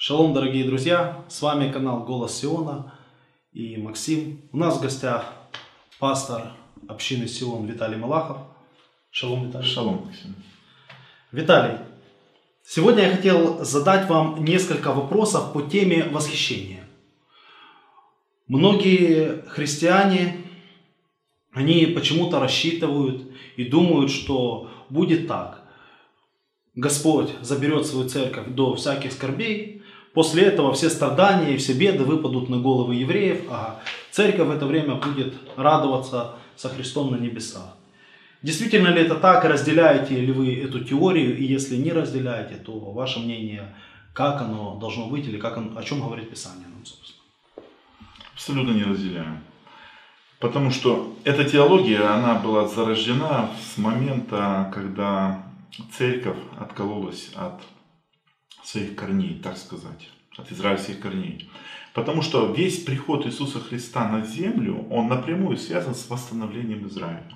Шалом, дорогие друзья, с вами канал Голос Сиона и Максим. У нас в гостях пастор общины Сион Виталий Малахов. Шалом, Виталий. Шалом, Максим. Виталий, сегодня я хотел задать вам несколько вопросов по теме восхищения. Многие христиане, они почему-то рассчитывают и думают, что будет так. Господь заберет свою церковь до всяких скорбей. После этого все страдания и все беды выпадут на головы евреев, а церковь в это время будет радоваться со Христом на небесах. Действительно ли это так? Разделяете ли вы эту теорию? И если не разделяете, то ваше мнение, как оно должно быть или о чем говорит Писание нам, собственно? Абсолютно не разделяю. Потому что эта теология, она была зарождена с момента, когда церковь откололась от своих корней, так сказать, от израильских корней. Потому что весь приход Иисуса Христа на землю, он напрямую связан с восстановлением Израиля.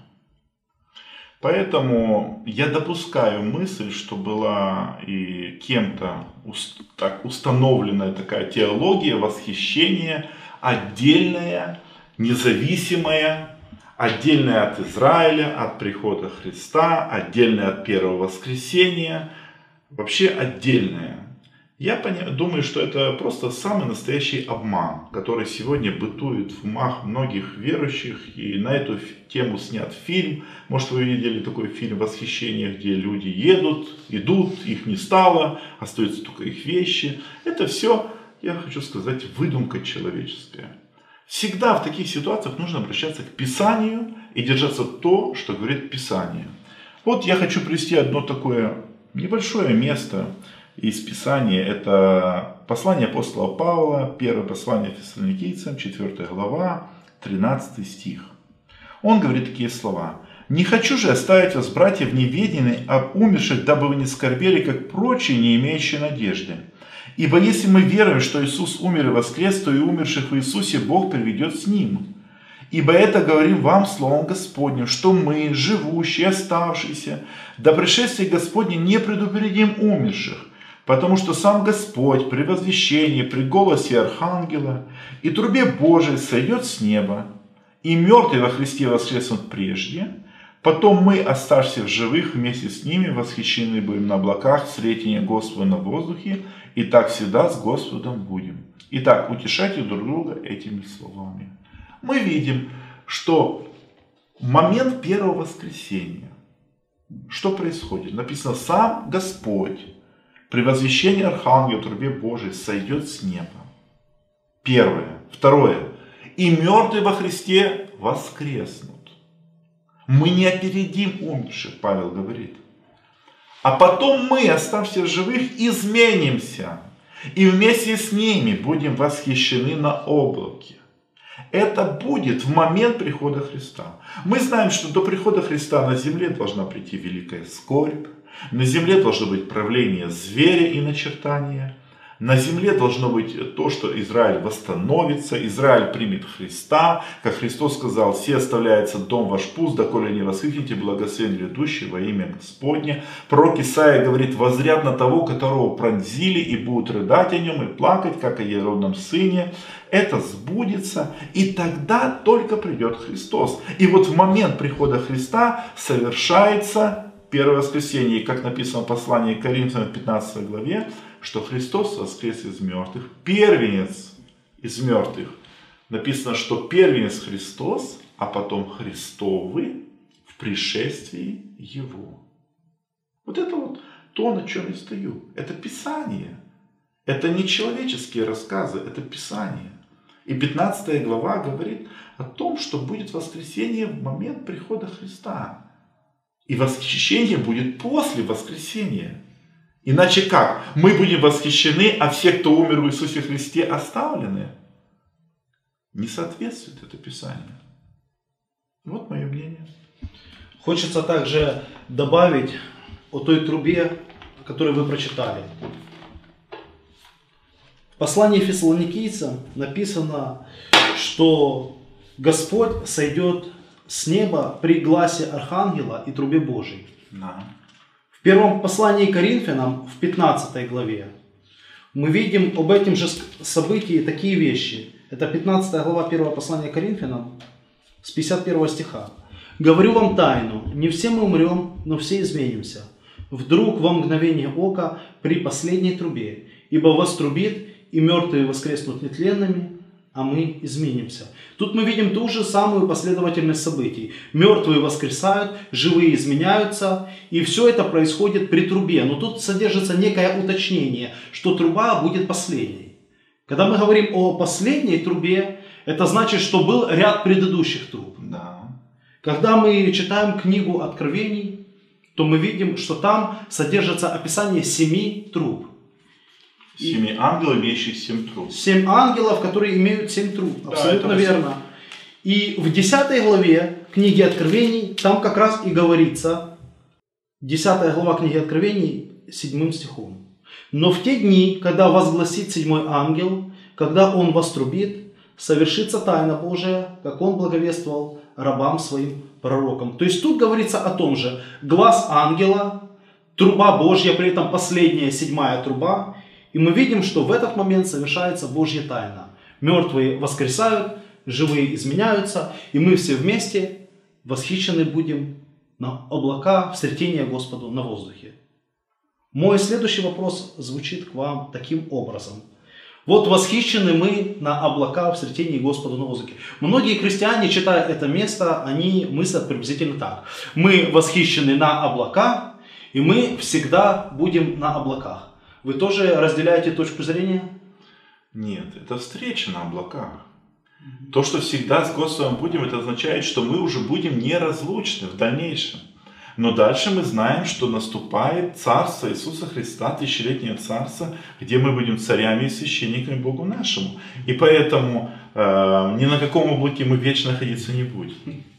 Поэтому я допускаю мысль, что была и кем-то установленная такая теология восхищения, отдельная, независимая, отдельная от Израиля, от прихода Христа, отдельная от первого воскресения, вообще отдельная. Я думаю, что это просто самый настоящий обман, который сегодня бытует в умах многих верующих, и на эту тему снят фильм. Может, вы видели такой фильм «Восхищение», где люди идут, их не стало, остаются только их вещи. Это все, я хочу сказать, выдумка человеческая. Всегда в таких ситуациях нужно обращаться к Писанию и держаться то, что говорит Писание. Вот я хочу привести одно такое небольшое место из Писания. Это послание апостола Павла, первое послание Фессалоникийцам, 4 глава, 13 стих. Он говорит такие слова. «Не хочу же оставить вас, братья, в неведении об умерших, дабы вы не скорбели, как прочие, не имеющие надежды. Ибо если мы веруем, что Иисус умер и воскрес, то и умерших в Иисусе Бог приведет с Ним. Ибо это говорим вам словом Господним, что мы, живущие, оставшиеся, до пришествия Господня не предупредим умерших, потому что сам Господь при возвещении, при голосе архангела и трубе Божией сойдет с неба, и мертвые во Христе воскреснут прежде, потом мы, оставшиеся в живых, вместе с ними восхищены будем на облаках, встретения Господа на воздухе, и так всегда с Господом будем. Итак, утешайте друг друга этими словами». Мы видим, что в момент первого воскресения, что происходит? Написано, сам Господь при возвещении архангела, трубе Божией сойдет с неба. Первое. Второе. И мертвые во Христе воскреснут. Мы не опередим умерших, Павел говорит. А потом мы, оставшиеся в живых, изменимся. И вместе с ними будем восхищены на облаке. Это будет в момент прихода Христа. Мы знаем, что до прихода Христа на земле должна прийти великая скорбь. На земле должно быть правление зверя и начертания. На земле должно быть то, что Израиль восстановится, Израиль примет Христа. Как Христос сказал, все оставляется дом ваш пуст, доколе не воскликнете благословен грядущий во имя Господне. Пророк Исаия говорит, воззрят на того, которого пронзили, и будут рыдать о нем и плакать, как о еродном сыне. Это сбудется, и тогда только придет Христос. И вот в момент прихода Христа совершается первое воскресенье, как написано в послании к Коринфянам в 15 главе, что Христос воскрес из мертвых, первенец из мертвых. Написано, что первенец Христос, а потом Христовы в пришествии Его. Вот это вот то, на чем я стою. Это Писание. Это не человеческие рассказы, это Писание. И 15 глава говорит о том, что будет воскресение в момент прихода Христа. И восхищение будет после воскресения. Иначе как? Мы будем восхищены, а все, кто умер в Иисусе Христе, оставлены. Не соответствует это Писание. Вот мое мнение. Хочется также добавить о той трубе, которую вы прочитали. В послании Фессалоникийцам написано, что Господь сойдет с неба при гласе архангела и трубе Божией. Да. В первом послании к Коринфянам, в 15 главе, мы видим об этом же событии такие вещи. Это 15 глава 1 послания Коринфянам с 51 стиха. «Говорю вам тайну, не все мы умрем, но все изменимся. Вдруг во мгновение ока при последней трубе, ибо вострубит, и мертвые воскреснут нетленными, а мы изменимся». Тут мы видим ту же самую последовательность событий. Мертвые воскресают, живые изменяются, и все это происходит при трубе. Но тут содержится некое уточнение, что труба будет последней. Когда мы говорим о последней трубе, это значит, что был ряд предыдущих труб. Да. Когда мы читаем книгу Откровений, то мы видим, что там содержится описание 7 труб. 7 ангелов, имеющих 7 труб. 7 ангелов, которые имеют 7 труб. Да, абсолютно верно. И в 10 главе книги Откровений, там как раз и говорится, 10 глава книги Откровений, 7 стихом. «Но в те дни, когда возгласит 7 ангел, когда он вострубит, совершится тайна Божия, как он благовествовал рабам своим пророкам». То есть тут говорится о том же. Глаз ангела, труба Божья, при этом последняя 7 труба. И мы видим, что в этот момент совершается Божья тайна. Мертвые воскресают, живые изменяются, и мы все вместе восхищены будем на облака встретения Господу на воздухе. Мой следующий вопрос звучит к вам таким образом. Вот восхищены мы на облака встретения Господу на воздухе. Многие христиане, читая это место, они мыслят приблизительно так. Мы восхищены на облака, и мы всегда будем на облаках. Вы тоже разделяете точку зрения? Нет, это встреча на облаках. То, что всегда с Господом будем, это означает, что мы уже будем неразлучны в дальнейшем. Но дальше мы знаем, что наступает Царство Иисуса Христа, тысячелетнее Царство, где мы будем царями и священниками Богу нашему. И поэтому ни на каком облаке мы вечно находиться не будем.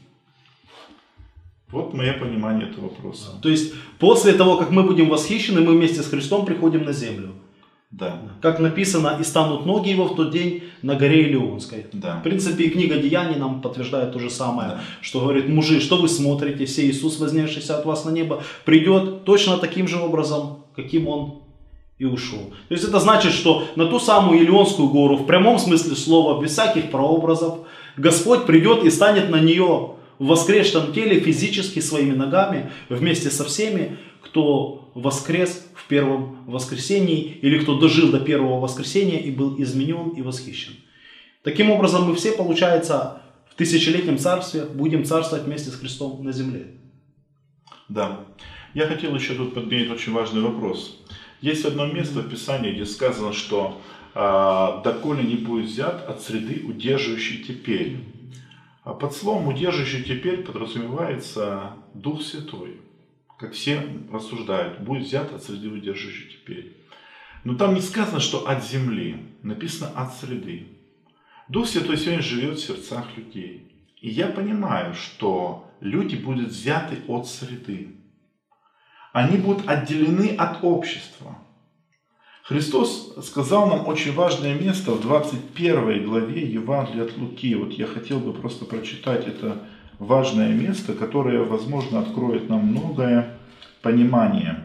Вот мое понимание этого вопроса. То есть, после того, как мы будем восхищены, мы вместе с Христом приходим на землю. Да. Как написано, и станут ноги его в тот день на горе Илионской. Да. В принципе, и книга Деяний нам подтверждает то же самое, Да. что говорит: мужи, что вы смотрите, все Иисус, вознесшийся от вас на небо, придет точно таким же образом, каким он и ушел. То есть это значит, что на ту самую Илионскую гору, в прямом смысле слова, без всяких прообразов, Господь придет и станет на нее в воскресшем теле физически своими ногами вместе со всеми, кто воскрес в первом воскресении или кто дожил до первого воскресения и был изменен и восхищен. Таким образом, мы все, получается, в тысячелетнем царстве будем царствовать вместе с Христом на земле. Да. Я хотел еще тут подметить очень важный вопрос. Есть одно место в Писании, где сказано, что «доколе не будет взят от среды, удерживающий теперь». А под словом «удерживающий теперь» подразумевается Дух Святой. Как все рассуждают, будет взят от среды, удерживающий теперь. Но там не сказано, что от земли, написано от среды. Дух Святой сегодня живет в сердцах людей. И я понимаю, что люди будут взяты от среды. Они будут отделены от общества. Христос сказал нам очень важное место в 21 главе Евангелия от Луки. Вот я хотел бы просто прочитать это важное место, которое, возможно, откроет нам многое понимание.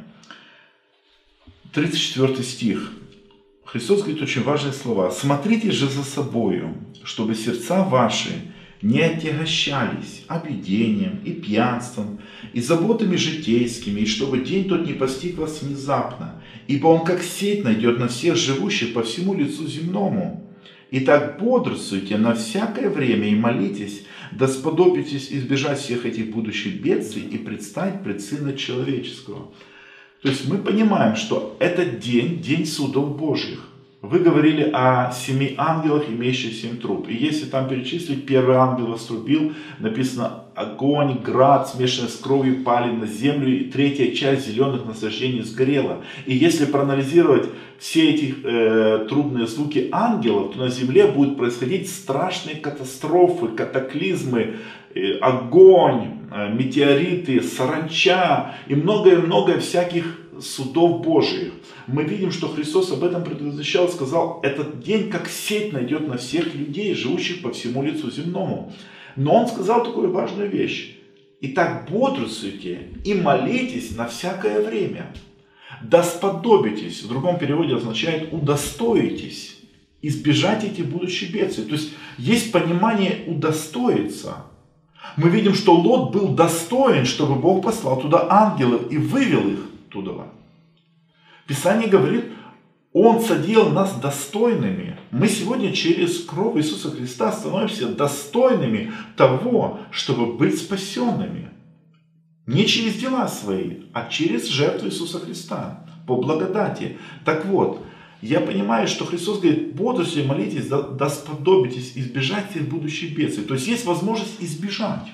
34 стих. Христос говорит очень важные слова. «Смотрите же за собою, чтобы сердца ваши не отягощались объедением и пьянством, и заботами житейскими, и чтобы день тот не постиг вас внезапно, ибо он как сеть найдет на всех живущих по всему лицу земному. Итак, бодрствуйте на всякое время и молитесь, да сподобитесь избежать всех этих будущих бедствий и предстать пред Сына Человеческого». То есть мы понимаем, что этот день, день судов Божьих. Вы говорили о 7 ангелах, имеющих 7 труб. И если там перечислить, первый ангел вострубил, написано: огонь, град, смешанный с кровью, пали на землю, и третья часть зеленых насаждений сгорела. И если проанализировать все эти трубные звуки ангелов, то на земле будут происходить страшные катастрофы, катаклизмы, огонь, метеориты, саранча и многое-многое всяких судов Божьих. Мы видим, что Христос об этом предвозвещал, сказал: этот день как сеть найдет на всех людей, живущих по всему лицу земному. Но Он сказал такую важную вещь: итак, бодрствуйте и молитесь на всякое время, Да сподобитесь, в другом переводе означает удостоитесь, избежать этих будущих бедствий. То есть понимание удостоиться. Мы видим, что Лот был достоин, чтобы Бог послал туда ангелов и вывел их туда. Писание говорит, Он соделал нас достойными. Мы сегодня через кровь Иисуса Христа становимся достойными того, чтобы быть спасенными. Не через дела свои, а через жертву Иисуса Христа, по благодати. Так вот, я понимаю, что Христос говорит, бодрствуйте, молитесь, да сподобитесь избежать всех будущих бедствий. То есть возможность избежать.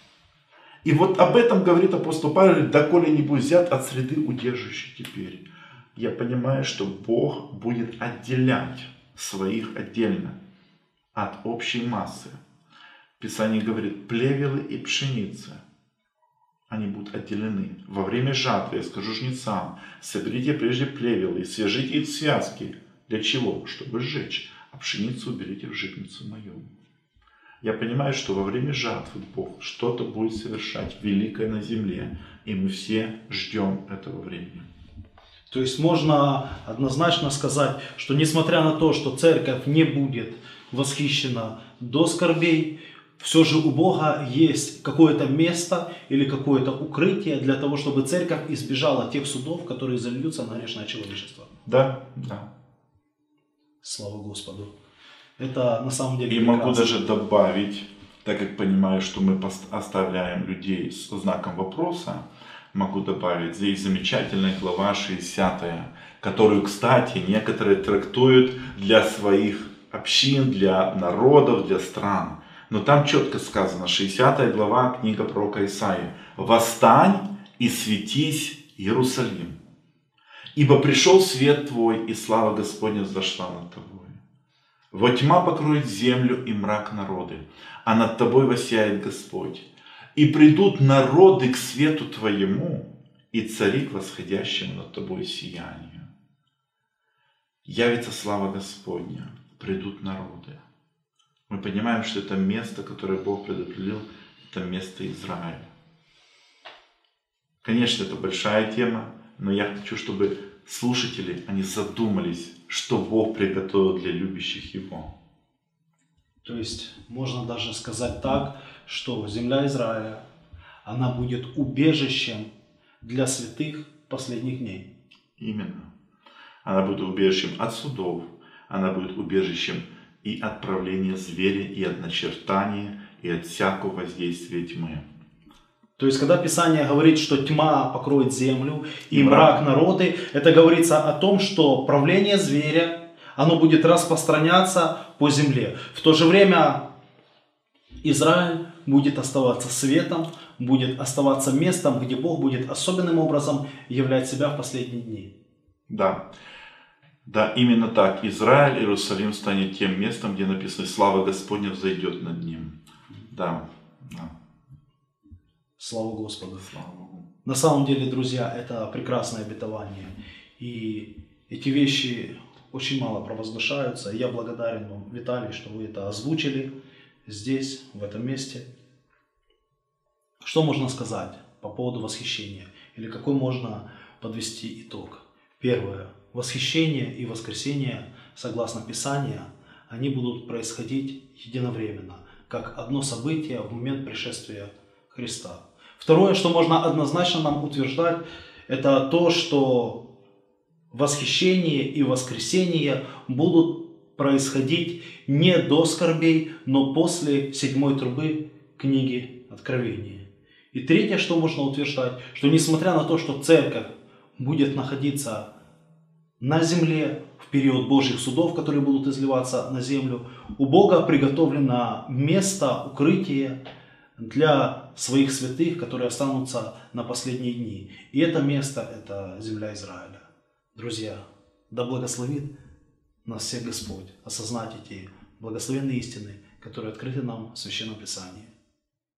И вот об этом говорит апостол Павел, доколе не будет взят от среды удерживающей теперь. Я понимаю, что Бог будет отделять своих отдельно от общей массы. Писание говорит, плевелы и пшеница, они будут отделены. Во время жатвы я скажу жнецам, соберите прежде плевелы и свяжите их в связки. Для чего? Чтобы сжечь. А пшеницу уберите в житницу мою. Я понимаю, что во время жатвы Бог что-то будет совершать великое на земле. И мы все ждем этого времени. То есть можно однозначно сказать, что несмотря на то, что церковь не будет восхищена до скорбей, все же у Бога есть какое-то место или какое-то укрытие для того, чтобы церковь избежала тех судов, которые зальются на грешное человечество. Да, да. Слава Господу. Это на самом деле и прекрасно. могу даже добавить, так как понимаю, что мы оставляем людей с знаком вопроса, могу добавить, здесь замечательная глава 60, которую, кстати, некоторые трактуют для своих общин, для народов, для стран. Но там четко сказано, 60 глава, книга пророка Исаии. «Восстань и светись, Иерусалим, ибо пришел свет твой, и слава Господня взошла над тобой. Во тьма покроет землю и мрак народы, а над тобой воссияет Господь. И придут народы к свету твоему, и цари к восходящему над тобой сиянию. Явится слава Господня, придут народы». Мы понимаем, что это место, которое Бог предопределил, это место Израиля. Конечно, это большая тема, но я хочу, чтобы слушатели, они задумались, что Бог приготовил для любящих Его. То есть можно даже сказать так, что земля Израиля, она будет убежищем для святых последних дней. Именно. Она будет убежищем от судов, она будет убежищем и от правления зверя, и от начертания, и от всякого воздействия тьмы. То есть, когда Писание говорит, что тьма покроет землю и мрак народы, это говорится о том, что правление зверя, оно будет распространяться по земле. В то же время Израиль будет оставаться светом, будет оставаться местом, где Бог будет особенным образом являть себя в последние дни. Да. Да, именно так. Израиль, Иерусалим станет тем местом, где написано, слава Господня взойдет над ним. Да. Да. Слава Господу. Слава Богу. На самом деле, друзья, это прекрасное обетование. И эти вещи очень мало провозглашаются. Я благодарен вам, Виталий, что вы это озвучили здесь, в этом месте. Что можно сказать по поводу восхищения? Или какой можно подвести итог? Первое. Восхищение и воскресение, согласно Писанию, они будут происходить единовременно, как одно событие в момент пришествия Христа. Второе, что можно однозначно нам утверждать, это то, что восхищение и воскресение будут происходить не до скорбей, но после 7-й трубы книги Откровения. И третье, что можно утверждать, что несмотря на то, что церковь будет находиться на земле в период Божьих судов, которые будут изливаться на землю, у Бога приготовлено место, укрытие для своих святых, которые останутся на последние дни. И это место – это земля Израиля. Друзья, да благословит нас всех Господь осознать эти благословенные истины, которые открыты нам в Священном Писании.